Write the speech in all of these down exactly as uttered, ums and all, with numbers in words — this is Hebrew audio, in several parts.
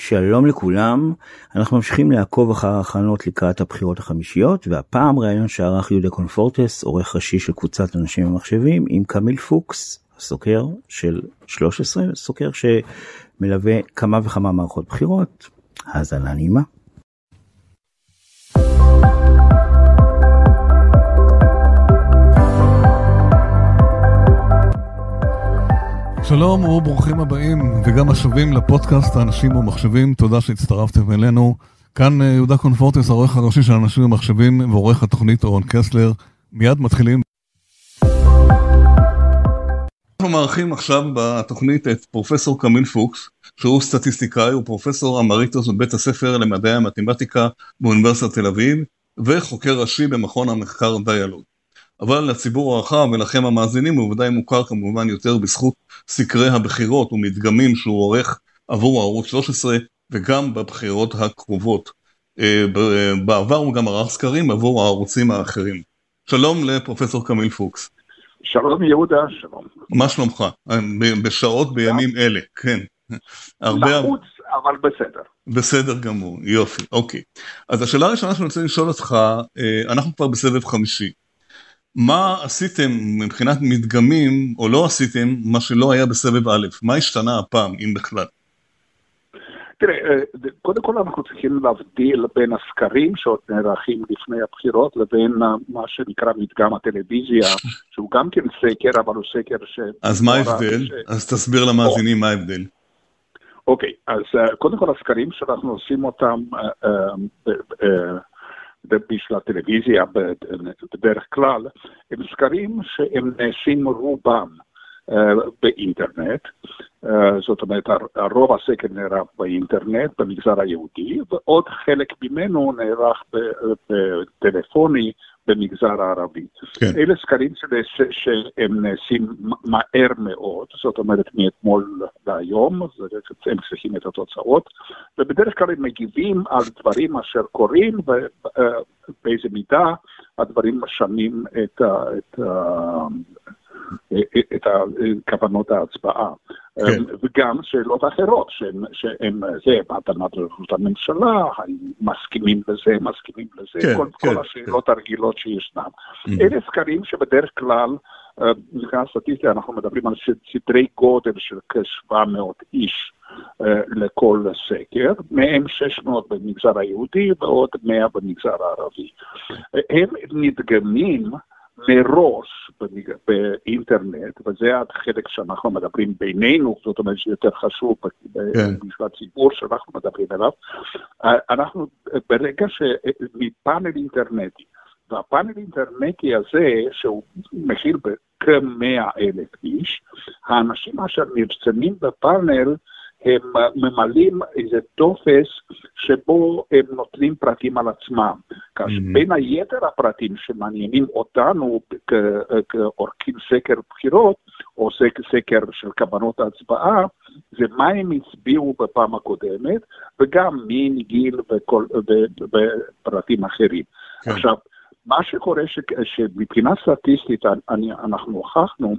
שלום לכולם, אנחנו ממשיכים לעקוב אחר ההכנות לקראת הבחירות החמישיות, והפעם ראיון שערך יהודה קונפורטס, עורך ראשי של קבוצת אנשים ומחשבים, עם קמיל פוקס, הסוקר של שלוש עשרה, סוקר שמלווה כמה וכמה מערכות בחירות. האזנה נעימה. שלום וברוכים הבאים וגם השבים לפודקאסט האנשים ומחשבים. תודה שהצטרפתם אלינו. כאן יהודה קונפורטס, העורך הראשי של אנשים ומחשבים ועורך התוכנית אורן קסלר. מיד מתחילים. אנחנו מארחים עכשיו בתוכנית את פרופסור קמיל פוקס, שהוא סטטיסטיקאי, הוא פרופסור אמריטוס בבית הספר למדעי המתמטיקה באוניברסיטת תל אביב, וחוקר ראשי במכון המחקר דיאלוג. אבל לציבור הרחב ולכם המאזינים הוא ודאי מוכר כמובן יותר בזכות סקרי הבחירות ומדגמים שהוא עורך עבור הערוץ שלוש עשרה וגם בבחירות הקרובות. בעבר הוא גם ערך סקרים עבור הערוצים האחרים. שלום לפרופסור קמיל פוקס. שלום יהודה, שלום. מה שלומך? בשעות בימים אלה, כן. לחוץ, אבל בסדר. בסדר גמור, יופי, אוקיי. אז השאלה הראשונה שאני רוצה לשאול אותך, אנחנו כבר בסבב חמישי. מה עשיתם מבחינת מדגמים, או לא עשיתם, מה שלא היה בסבב א'? מה השתנה הפעם, אם בכלל? תראה, קודם כל אנחנו צריכים להבדיל בין הסקרים שעוד נערכים לפני הבחירות, לבין מה שנקרא מדגם הטלוויזיה, שהוא גם כן סקר, אבל הוא סקר ש... אז מה ההבדל? ש... אז תסביר למאזינים מה ההבדל. אוקיי, אז קודם כל הסקרים שאנחנו עושים אותם... בשביל הטלוויזיה בדרך כלל, הם סקרים שהם נעשים רובם באינטרנט, זאת אומרת הרוב הסקר נערך באינטרנט במגזר היהודי, ועוד חלק ממנו נערך בטלפוני במגזר הערבי. כן. אלה סקרים שהם נעשים מהר מאוד, זאת אומרת מאתמול להיום, הם צריכים את התוצאות, ובדרך כלל הם מגיבים על דברים אשר קורים, ובאיזה מידה הדברים משנים את ה... את ה את כוונות ההצבעה, כן. וגם שאלות אחרות שהן זה, בהתאמת לראשות הממשלה, מסכימים לזה, מסכימים לזה, כן, כל, כן, כל השאלות כן. הרגילות שישנם. Mm-hmm. אלה סקרים שבדרך כלל, מבחינת סטטיסטיקה אנחנו מדברים על סדרי גודל של כ-שבע מאות איש לכל סקר, מהם שש מאות במגזר היהודי ועוד מאה במגזר הערבי. הם נדגמים מראש באינטרנט, וזה החלק שאנחנו מדברים בינינו, זאת אומרת שיותר חשוב בשביל הציבור שאנחנו מדברים עליו, אנחנו ברגע שמפאנל אינטרנטי, והפאנל אינטרנטי הזה, שהוא מכיל בכ-מאה אלף איש, האנשים אשר נרשמים בפאנל, הם ממלאים איזה טופס שבו הם נותנים פרטים על עצמם. כאשר mm-hmm. בין היתר הפרטים שמעניינים אותנו כעורכים סקר בחירות, או סקר של כוונות ההצבעה, זה מה הם הצביעו בפעם הקודמת, וגם מין, גיל וכל, ופרטים אחרים. Okay. עכשיו, מה שקורה ש, שמבחינה סטטיסטית אני, אנחנו הוכחנו,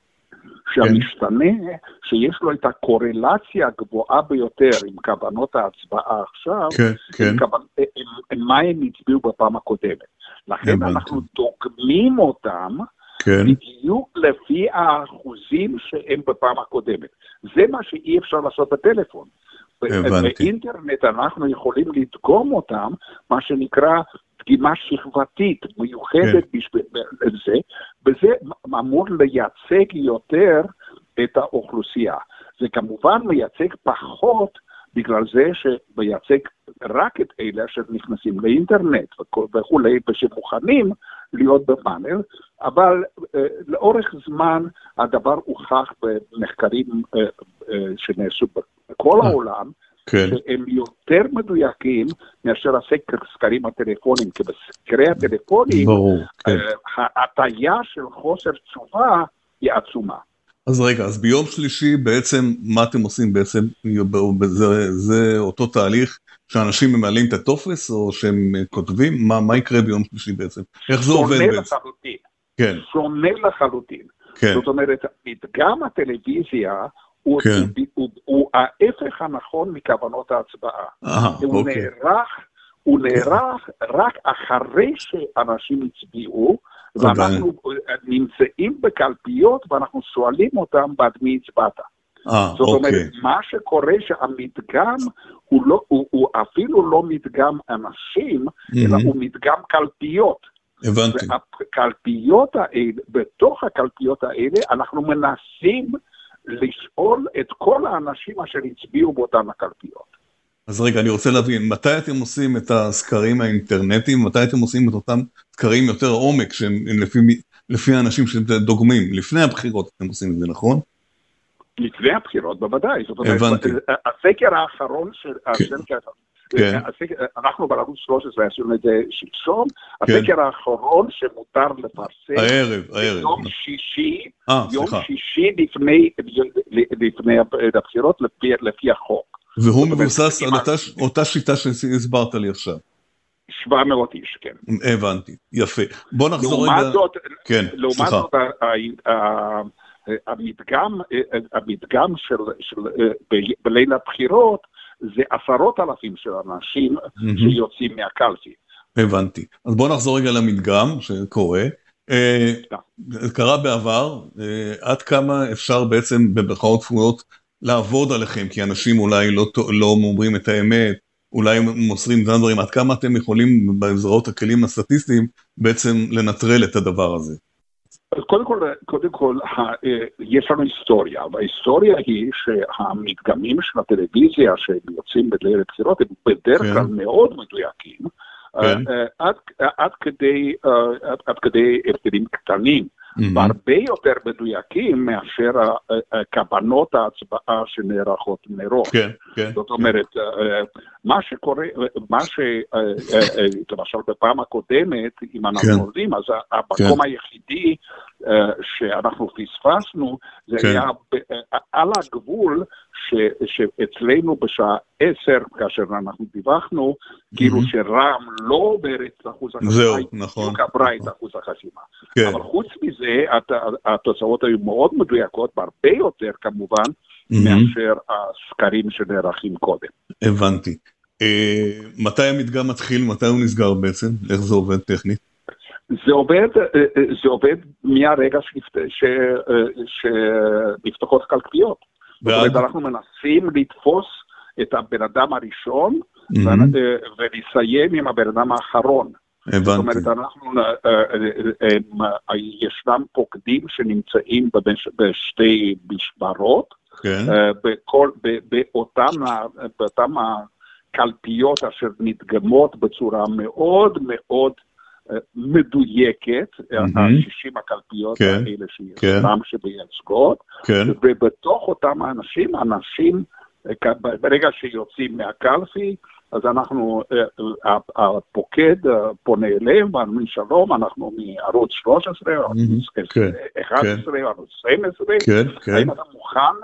שהמשתנה שיש לו את הקורלציה הגבוהה ביותר עם כוונות ההצבעה עכשיו, כן, כן. כוונ... עם מה הם הצביעו בפעם הקודמת. לכן אנחנו דוגמים אותם כן. בדיוק לפי האחוזים שהם בפעם הקודמת. זה מה שאי אפשר לעשות בטלפון. הבנתי. באינטרנט אנחנו יכולים לדגום אותם, מה שנקרא דגימה שכבתית מיוחדת כן. בשביל זה, וזה אמור לייצג יותר את האוכלוסייה. זה כמובן מייצג פחות בגלל זה שמייצג רק את אלה שנכנסים לאינטרנט וכולי, ושמוכנים להיות בפאנל, אבל uh, לאורך זמן הדבר הוכח במחקרים uh, uh, שנעשו בכל uh. העולם, כן. שהם יותר מדויקים מאשר הסקרים הטלפונים, כי בסקרי הטלפונים, ברור, כן. ההטיה של חוסר תשובה היא עצומה. אז רגע, אז ביום שלישי בעצם, מה אתם עושים בעצם? זה, זה אותו תהליך שאנשים ממלאים את הטופס, או שהם כותבים? מה, מה יקרה ביום שלישי בעצם? איך זה עובד בעצם? שונה לחלוטין. כן. שונה לחלוטין. כן. זאת אומרת, מדגם הטלוויזיה, הוא, כן. הוא, הוא, הוא ההפך הנכון מכוונות ההצבעה. אה, הוא אוקיי. נערך, הוא נערך רק אחרי שאנשים הצביעו, ואנחנו נמצאים בקלפיות ואנחנו שואלים אותם בעד מי הצבעת. אה, זאת אוקיי. אומרת, מה שקורה שהמדגם הוא, לא, הוא, הוא אפילו לא מדגם אנשים, אלא הוא מדגם קלפיות. הבנתי. והקלפיות האלה, בתוך הקלפיות האלה, אנחנו מנסים לשאול את כל האנשים אשר הצביעו באותן הקלפיות. אז רגע, אני רוצה להבין, מתי אתם עושים את הסקרים האינטרנטיים, מתי אתם עושים את אותם סקרים יותר עומק, שהם לפי, לפי האנשים שדוגמים, לפני הבחירות אתם עושים את זה, נכון? לפני הבחירות, בוודאי. זאת אומרת, הבנתי. הסקר האחרון של... כן. כן. אנחנו בערוץ שלוש עשרה עשינו את זה שלשום, הסקר האחרון שמותר לפרסם, הערב, הערב. יום שישי, 아, יום סליחה. שישי לפני, לפני הבחירות לפי, לפי החוק. והוא מבוסס על אותה, אותה שיטה שהסברת לי עכשיו. שבע מאות איש, כן. הבנתי, יפה. בוא נחזור לעומת רגע... זאת, כן, לעומת סליחה. זאת, המדגם, המדגם של, של, בליל הבחירות, זה עשרות אלפים של אנשים שיוצאים מהקלפי. הבנתי. אז בוא נחזור רגע למדגם שקורה. קרה בעבר, עד כמה אפשר בעצם בבחירות כפולות לעבוד עליכם, כי אנשים אולי לא, לא אומרים את האמת, אולי מוסרים דברים, עד כמה אתם יכולים בעזרת הכלים הסטטיסטיים בעצם לנטרל את הדבר הזה? קודם כל, קודם כל, יש לנו היסטוריה, וההיסטוריה היא שהמדגמים של הטלוויזיה שיוצאים בליל הבחירות הם בדרך כלל מאוד מדויקים, עד כדי הבדלים קטנים, והרבה יותר מדויקים מאשר כוונות ההצבעה שנערכות מראש. זאת אומרת, מה שקורה, מה ש... למשל בפעם הקודמת, אם אנחנו עולים, אז המקום היחידי שאנחנו פספסנו, זה היה על הגבול שאצלנו בשעה עשר, כאשר אנחנו דיווחנו, כאילו שרם לא עובר את אחוז החסימה, הוא קברה את אחוז החסימה. אבל חוץ מזה, התוצאות היו מאוד מדויקות, והרבה יותר כמובן, מאשר הסקרים שנערכים קודם. הבנתי. מתי המדגם מתחיל, מתי הוא נסגר בעצם? איך זה עובד טכנית? זה עובד, זה עובד מהרגע שנפתחות הקלפיות. זאת אומרת, אנחנו מנסים לתפוס את הבן אדם הראשון, ולסיים עם הבן אדם האחרון. הבנתי. זאת אומרת, אנחנו, ישנם פוקדים שנמצאים בשתי משמרות, באותם הקלפיות אשר נדגמות בצורה מאוד מאוד מדויקת, ה-שישים הקלפיות האלה שישנם שמייצגות, ובתוך אותם האנשים, אנשים, ברגע שיוצאים מהקלפי, אז אנחנו, הפוקד פונה אליהם, ואומרים שלום, אנחנו מערוץ שלוש עשרה, ערוץ אחת עשרה, ערוץ עשרים עשרה, האם אתה מוכן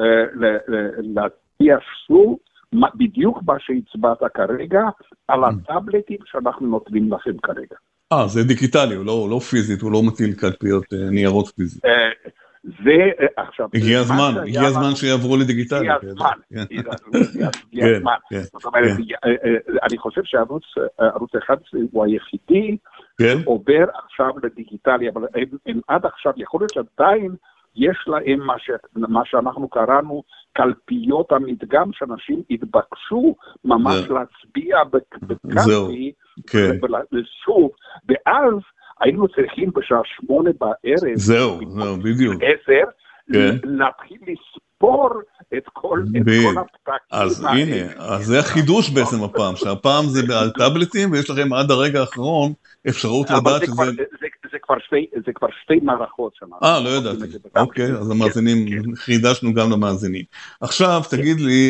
להציע שוב, בדיוק מה שהצבעת כרגע, על הטאבלטים שאנחנו נותנים לכם כרגע. אה, זה דיגיטלי, הוא לא, לא פיזית, הוא לא מטיל קלפיות ניירות פיזית. זה עכשיו... הגיע הזמן, הגיע הזמן שיעברו לדיגיטלי. הגיע הזמן, הגיע הזמן. זאת אומרת, אני חושב שערוץ אחד הוא היחידי שעובר עכשיו לדיגיטלי, אבל הם עד עכשיו, יכול להיות שעדיין יש להם מה שאנחנו קראנו קלפיות המדגם, שאנשים התבקשו ממש להצביע בקלפי, שוב, ואז היינו צריכים בשעה שמונה בערב, זהו, זהו, בדיוק. עשר, להתחיל לספור את כל הפתקים. אז הנה, אז זה החידוש בעצם הפעם, שהפעם זה על טאבלטים, ויש לכם עד הרגע האחרון אפשרות לדעת שזה... זה כבר שתי מערכות. אה, לא ידעתי. אוקיי, אז המאזינים, חידשנו גם למאזינים. עכשיו, תגיד לי,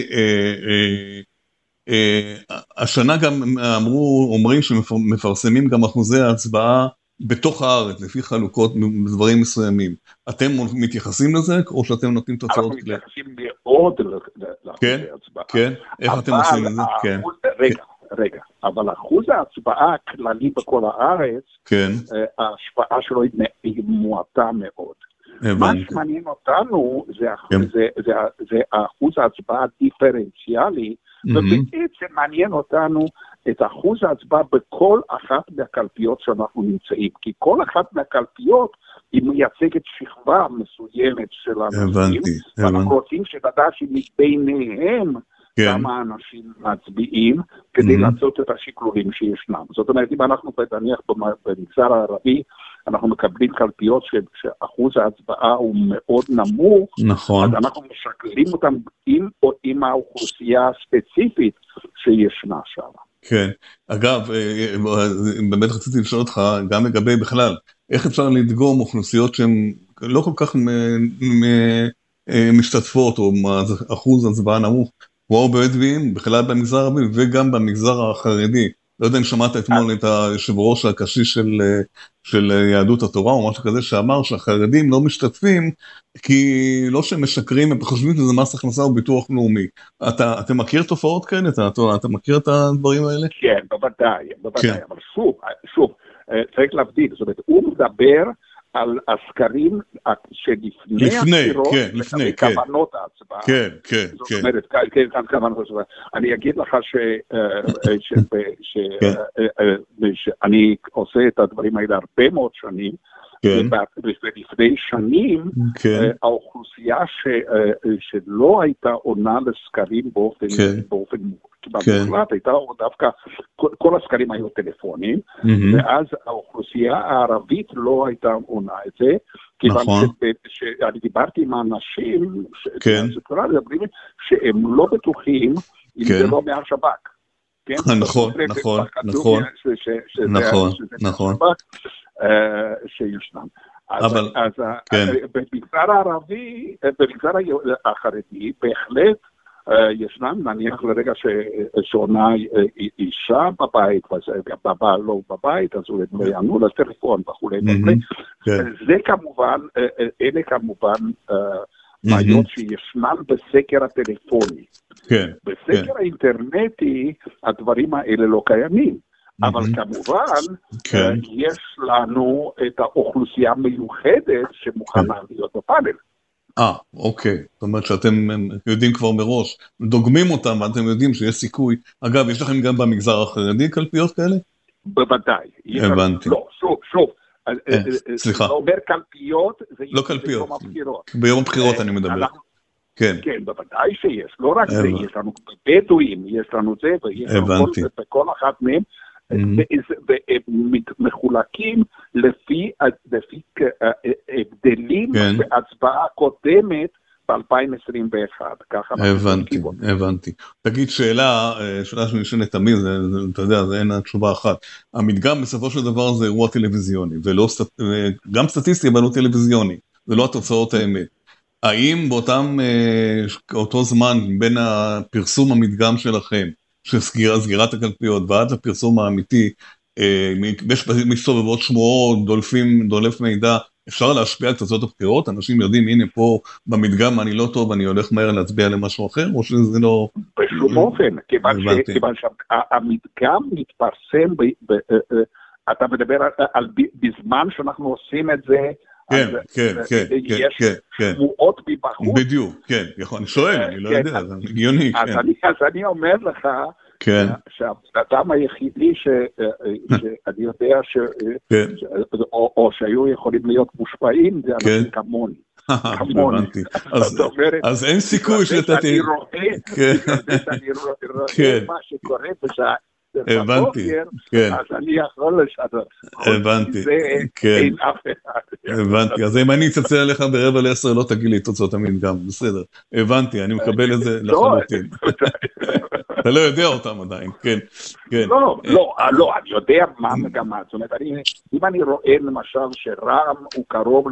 השנה גם אמרו, אומרים שמפרסמים גם אחוזי ההצבעה בתוך הארץ, לפי חלוקות בדברים מסוימים. אתם מתייחסים לזה, או שאתם נותנים תוצאות? אנחנו מתייחסים מאוד לאחוזי ההצבעה. כן? איך אתם עושים את זה? כן. רגע, רגע. אבל אחוז ההצבעה הכללי בכל הארץ, ההשפעה שלו היא מועטה מאוד. מה שמעניין אותנו זה, זה, זה, זה אחוז ההצבעה הדיפרנציאלי, ובעצם מעניין אותנו את אחוז ההצבעה בכל אחת מהקלפיות שאנחנו נמצאים, כי כל אחת מהקלפיות היא מייצגת שכבה מסוימת של אנשים, ואנחנו רוצים שתדע שמביניהם כמה אנשים מצביעים, כדי לעשות את השקלולים שישנם. זאת אומרת, אם אנחנו נניח במגזר הערבי, אנחנו מקבלים קלפיות שאחוז ההצבעה הוא מאוד נמוך, נכון. אז אנחנו משקלים אותם עם, עם האוכלוסייה הספציפית שישנה שם. כן, אגב, באמת רציתי לשאול אותך, גם לגבי בכלל, איך אפשר לדגום אוכלוסיות שהן לא כל כך משתתפות, או אחוז הצבעה נמוך, כמו בדואים, בכלל במגזר הערבי, וגם במגזר החרדי. לא יודע אם שמעת אתמול את היושב ראש הקשיש של, של יהדות התורה, או משהו כזה, שאמר שהחרדים לא משתתפים, כי לא שהם משקרים, הם חושבים שזה מס הכנסה וביטוח לאומי. אתה, אתה מכיר תופעות כאלה? אתה, אתה, אתה מכיר את הדברים האלה? כן, בוודאי, בוודאי, כן. אבל שוב, שוב, צריך להבדיל, זאת אומרת, הוא מדבר על הסקרים שלפני הבחירות, כן, לפני, כן. כוונות ההצבעה. כן, כן, זאת כן. אומרת, כן, כאן כוונות ההצבעה. אני אגיד לך שאני עושה את הדברים האלה הרבה מאוד שנים, ולפני שנים, האוכלוסייה שלא הייתה עונה לסקרים באופן מוחלט, הייתה דווקא, כל הסקרים היו טלפונים, ואז האוכלוסייה הערבית לא הייתה עונה את זה, כיוון שאני דיברתי עם האנשים, שהם לא בטוחים אם זה לא מהשב"כ. נכון, נכון, נכון, נכון, נכון. שישנם. אז במגזר הערבי, במגזר החרדי, בהחלט ישנם, נניח לרגע שעונה אישה בבית, והבעל לא בבית, אז הוא לא יענו לטלפון וכולי. זה כמובן, אלה כמובן בעיות שישנם בסקר הטלפוני. בסקר האינטרנטי הדברים האלה לא קיימים. אבל כמובן, יש לנו את האוכלוסייה המיוחדת שמוכנה להיות בפאנל. אה, אוקיי. זאת אומרת שאתם יודעים כבר מראש, דוגמים אותם ואתם יודעים שיש סיכוי. אגב, יש לכם גם במגזר החרדי קלפיות כאלה? בוודאי. הבנתי. לא, שוב, שוב. סליחה. זה אומר קלפיות, זה לא קלפיות. ביום הבחירות. ביום הבחירות אני מדבר. כן. כן, בוודאי שיש. לא רק זה, יש לנו בדואים, יש לנו זה, ויש לנו בכל אחת מהם, והם מחולקים לפי הבדלים בהצבעה קודמת ב-אלפיים עשרים ואחת. הבנתי, הבנתי. תגיד שאלה, שאלה שנשאלת תמיד, אתה יודע, זה אין תשובה אחת. המדגם בסופו של דבר זה אירוע טלוויזיוני, גם סטטיסטי אבל לא טלוויזיוני, זה לא התוצאות האמת. האם באותם, אותו זמן בין הפרסום המדגם שלכם, שסגירת הקלפיות ועד לפרסום האמיתי, יש מסתובבות שמועות, דולפים, דולף מידע, אפשר להשפיע על תוצאות הבחירות? אנשים יודעים, הנה פה במדגם אני לא טוב, אני הולך מהר להצביע למשהו אחר, או שזה לא... בשום אופן, כיוון שהמדגם מתפרסם, אתה מדבר על בזמן שאנחנו עושים את זה, כן, כן, כן, יש שמועות מבחוץ. בדיוק, כן, אני שואל, אני לא יודע, זה הגיוני, כן. אז אני אומר לך, שהאדם היחידי שאני יודע או שהיו יכולים להיות מושפעים, זה אנשים כמוני. הבנתי. אז אין סיכוי שאתה תהיה... אני רואה מה שקורה בשעה. הבנתי, כן. אז אני יכול לשנות. הבנתי, כן. הבנתי, אז אם אני אצלצל עליך ברבע לעשר, לא תגיד לי תוצאות המדגם, בסדר. הבנתי, אני מקבל את זה לחלוטין. אתה לא יודע אותם עדיין, כן. לא, לא, לא, אני יודע מה המגמה. זאת אומרת, אם אני רואה למשל שרע"מ הוא קרוב,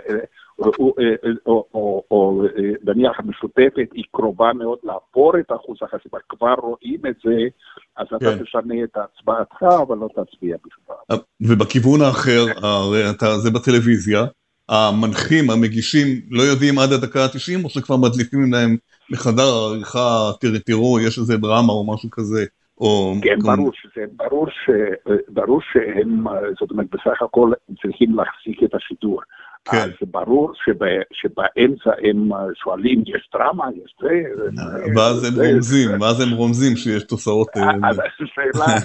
או נניח המשותפת היא קרובה מאוד לעבור את אחוז החסימה, כבר רואים את זה, אז אתה תשנה את הצבעתך, אבל לא תצביע בשביל. ובכיוון האחר, זה בטלוויזיה, המנחים, המגישים, לא יודעים עד הדקה ה-תשעים, או שכבר מדליפים להם מחדר העריכה, תראו, יש איזה דרמה או משהו כזה, כן, ברור שזה, ברור שהם, זאת אומרת, בסך הכל צריכים להחזיק את השידור. כן. אז ברור שבאמצע הם שואלים, יש דרמה, יש זה. ואז הם רומזים, ואז הם רומזים שיש תוצאות. אז השאלה,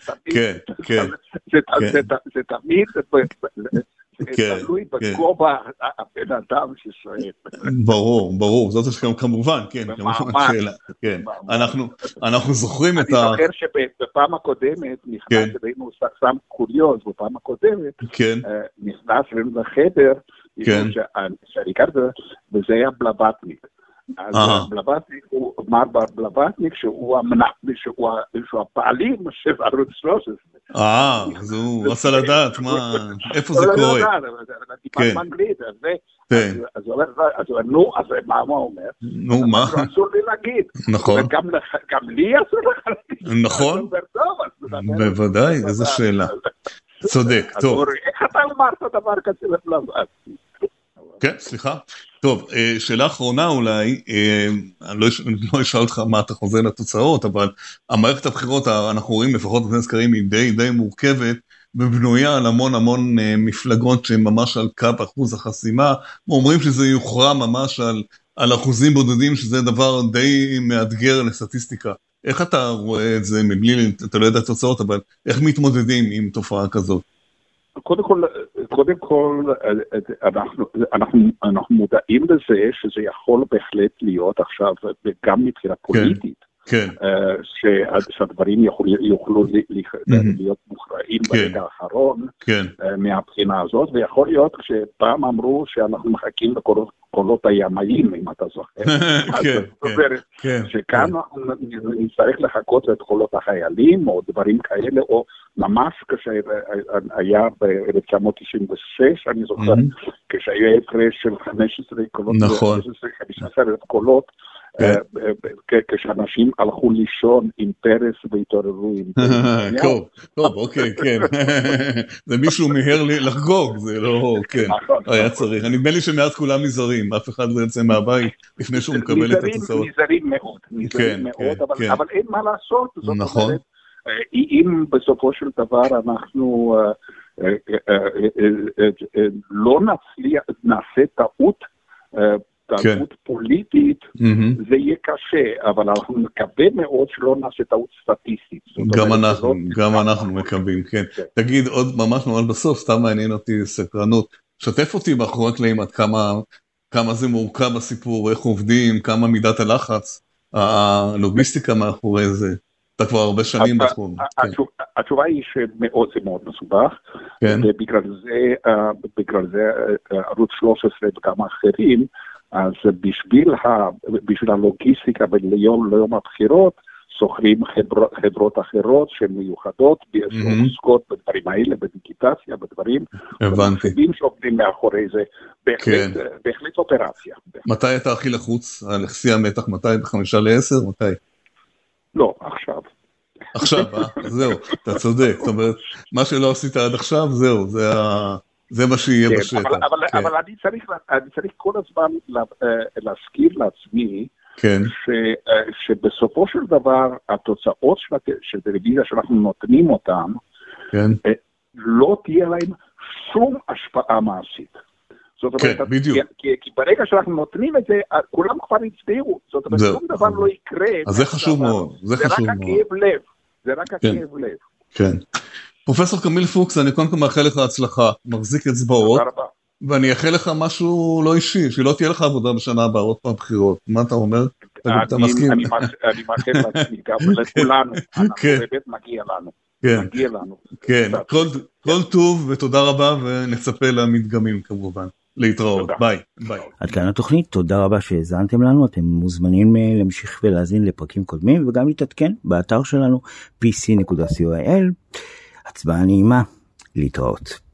זה תמיד, זה תלוי בגובה הבן אדם ששואל. ברור, ברור, זאת השאלה כמובן, כן, כמובן שאלה, כן. אנחנו זוכרים את ה... אני זוכר שבפעם הקודמת, נכנס אלינו שם קוריוז, בפעם הקודמת, נכנס אלינו לחדר, שהריקרדו, וזה היה בלבטניק. אז בלבטניק הוא אמר בלבטניק שהוא הפעלים של ערוץ שלוש עשרה. אה, אז הוא רצה לדעת איפה זה קורה. דיבר באנגלית, אז הוא אומר, נו, אז מה הוא אומר? נו, מה? אסור לי להגיד. נכון. גם לי אסור לך להגיד. נכון. בוודאי, איזו שאלה. צודק, טוב. איך אתה אמרת דבר כזה לבלבטניק? כן, סליחה. טוב, שאלה אחרונה אולי, אני לא אשאל אותך מה אתה חוזר לתוצאות, אבל המערכת הבחירות, אנחנו רואים לפחות בפני סקרים, היא די די מורכבת, ובנויה על המון המון מפלגות שהן ממש על קו אחוז החסימה, אומרים שזה יוכרע ממש על, על אחוזים בודדים, שזה דבר די מאתגר לסטטיסטיקה. איך אתה רואה את זה מבלי, אתה לא יודע את התוצאות, אבל איך מתמודדים עם תופעה כזאת? קודם כל, קודם כל, אנחנו, אנחנו, אנחנו מודעים לזה שזה יכול בהחלט להיות עכשיו, גם מבחינה פוליטית, כן. שהדברים יוכלו להיות מוכרעים ברגע האחרון מהבחינה הזאת, ויכול להיות כשפעם אמרו שאנחנו מחכים לקולות הימאים, אם אתה זוכר. שכאן נצטרך לחכות את קולות החיילים, או דברים כאלה, או ממש כשהיה ב-אלף תשע מאות תשעים ושש, אני זוכר, כשהיה הפרש של חמש עשרה קולות, חמש עשרה אלף קולות, כשאנשים הלכו לישון עם פרס והתעוררו עם פרס. טוב, טוב, אוקיי, כן. זה מישהו מהר לחגוג, זה לא, כן, היה צריך. אני נדמה לי שמאז כולם נזהרים, אף אחד לא יוצא מהבית לפני שהוא מקבל את התוצאות. נזהרים מאוד, נזהרים מאוד, אבל אין מה לעשות. נכון. אם בסופו של דבר אנחנו לא נעשה טעות, טעות פוליטית, זה יהיה קשה, אבל אנחנו מקווה מאוד שלא נעשה טעות סטטיסטית. גם אנחנו, גם אנחנו מקווים, כן. תגיד עוד ממש ממש בסוף, סתם מעניין אותי סקרנות, שתף אותי מאחורי הקלעים עד כמה זה מורכב הסיפור, איך עובדים, כמה מידת הלחץ, הלוגיסטיקה מאחורי זה. אתה כבר הרבה שנים בתחום. התשובה היא שמאוד זה מאוד מסובך, ובגלל זה ערוץ שלוש עשרה וכמה אחרים, אז בשביל הלוגיסטיקה ליום הבחירות, סוחרים חברות אחרות שהן מיוחדות, שעוסקות בדברים האלה, בדיגיטציה, בדברים, ובחדים שעובדים מאחורי זה, בהחלט אופרציה. מתי אתה הכי לחוץ? על שיא המתח, מתי? בחמישה לעשר? מתי? לא, עכשיו. עכשיו, זהו, אתה צודק. זאת אומרת, מה שלא עשית עד עכשיו, זהו, זה מה שיהיה בשטח. אבל אני צריך כל הזמן להזכיר לעצמי, שבסופו של דבר, התוצאות של טלוויזיה שאנחנו נותנים אותם, לא תהיה להם שום השפעה מעשית. כן, בדיוק. כי ברגע שאנחנו נותנים את זה, כולם כבר הצביעו. זאת אומרת, שום דבר לא יקרה. אז זה חשוב מאוד. זה רק הכאב לב. זה רק הכאב לב. כן. פרופסור קמיל פוקס, אני קודם כל מאחל לך הצלחה, מחזיק אצבעות, ואני אאחל לך משהו לא אישי, שלא תהיה לך עבודה בשנה הבאה, עוד פעם בחירות. מה אתה אומר? אתה מסכים? אני מאחל לעצמי, גם לכולנו. באמת מגיע לנו. מגיע לנו. כן, כל טוב ותודה רבה, ונצפה למדגמים כמובן. להתראות, ביי, ביי. עד כאן התוכנית, תודה רבה שהזנתם לנו, אתם מוזמנים להמשיך ולהזין לפרקים קודמים, וגם להתעדכן באתר שלנו, פי סי נקודה סי או איי אל. הצבעה נעימה, להתראות.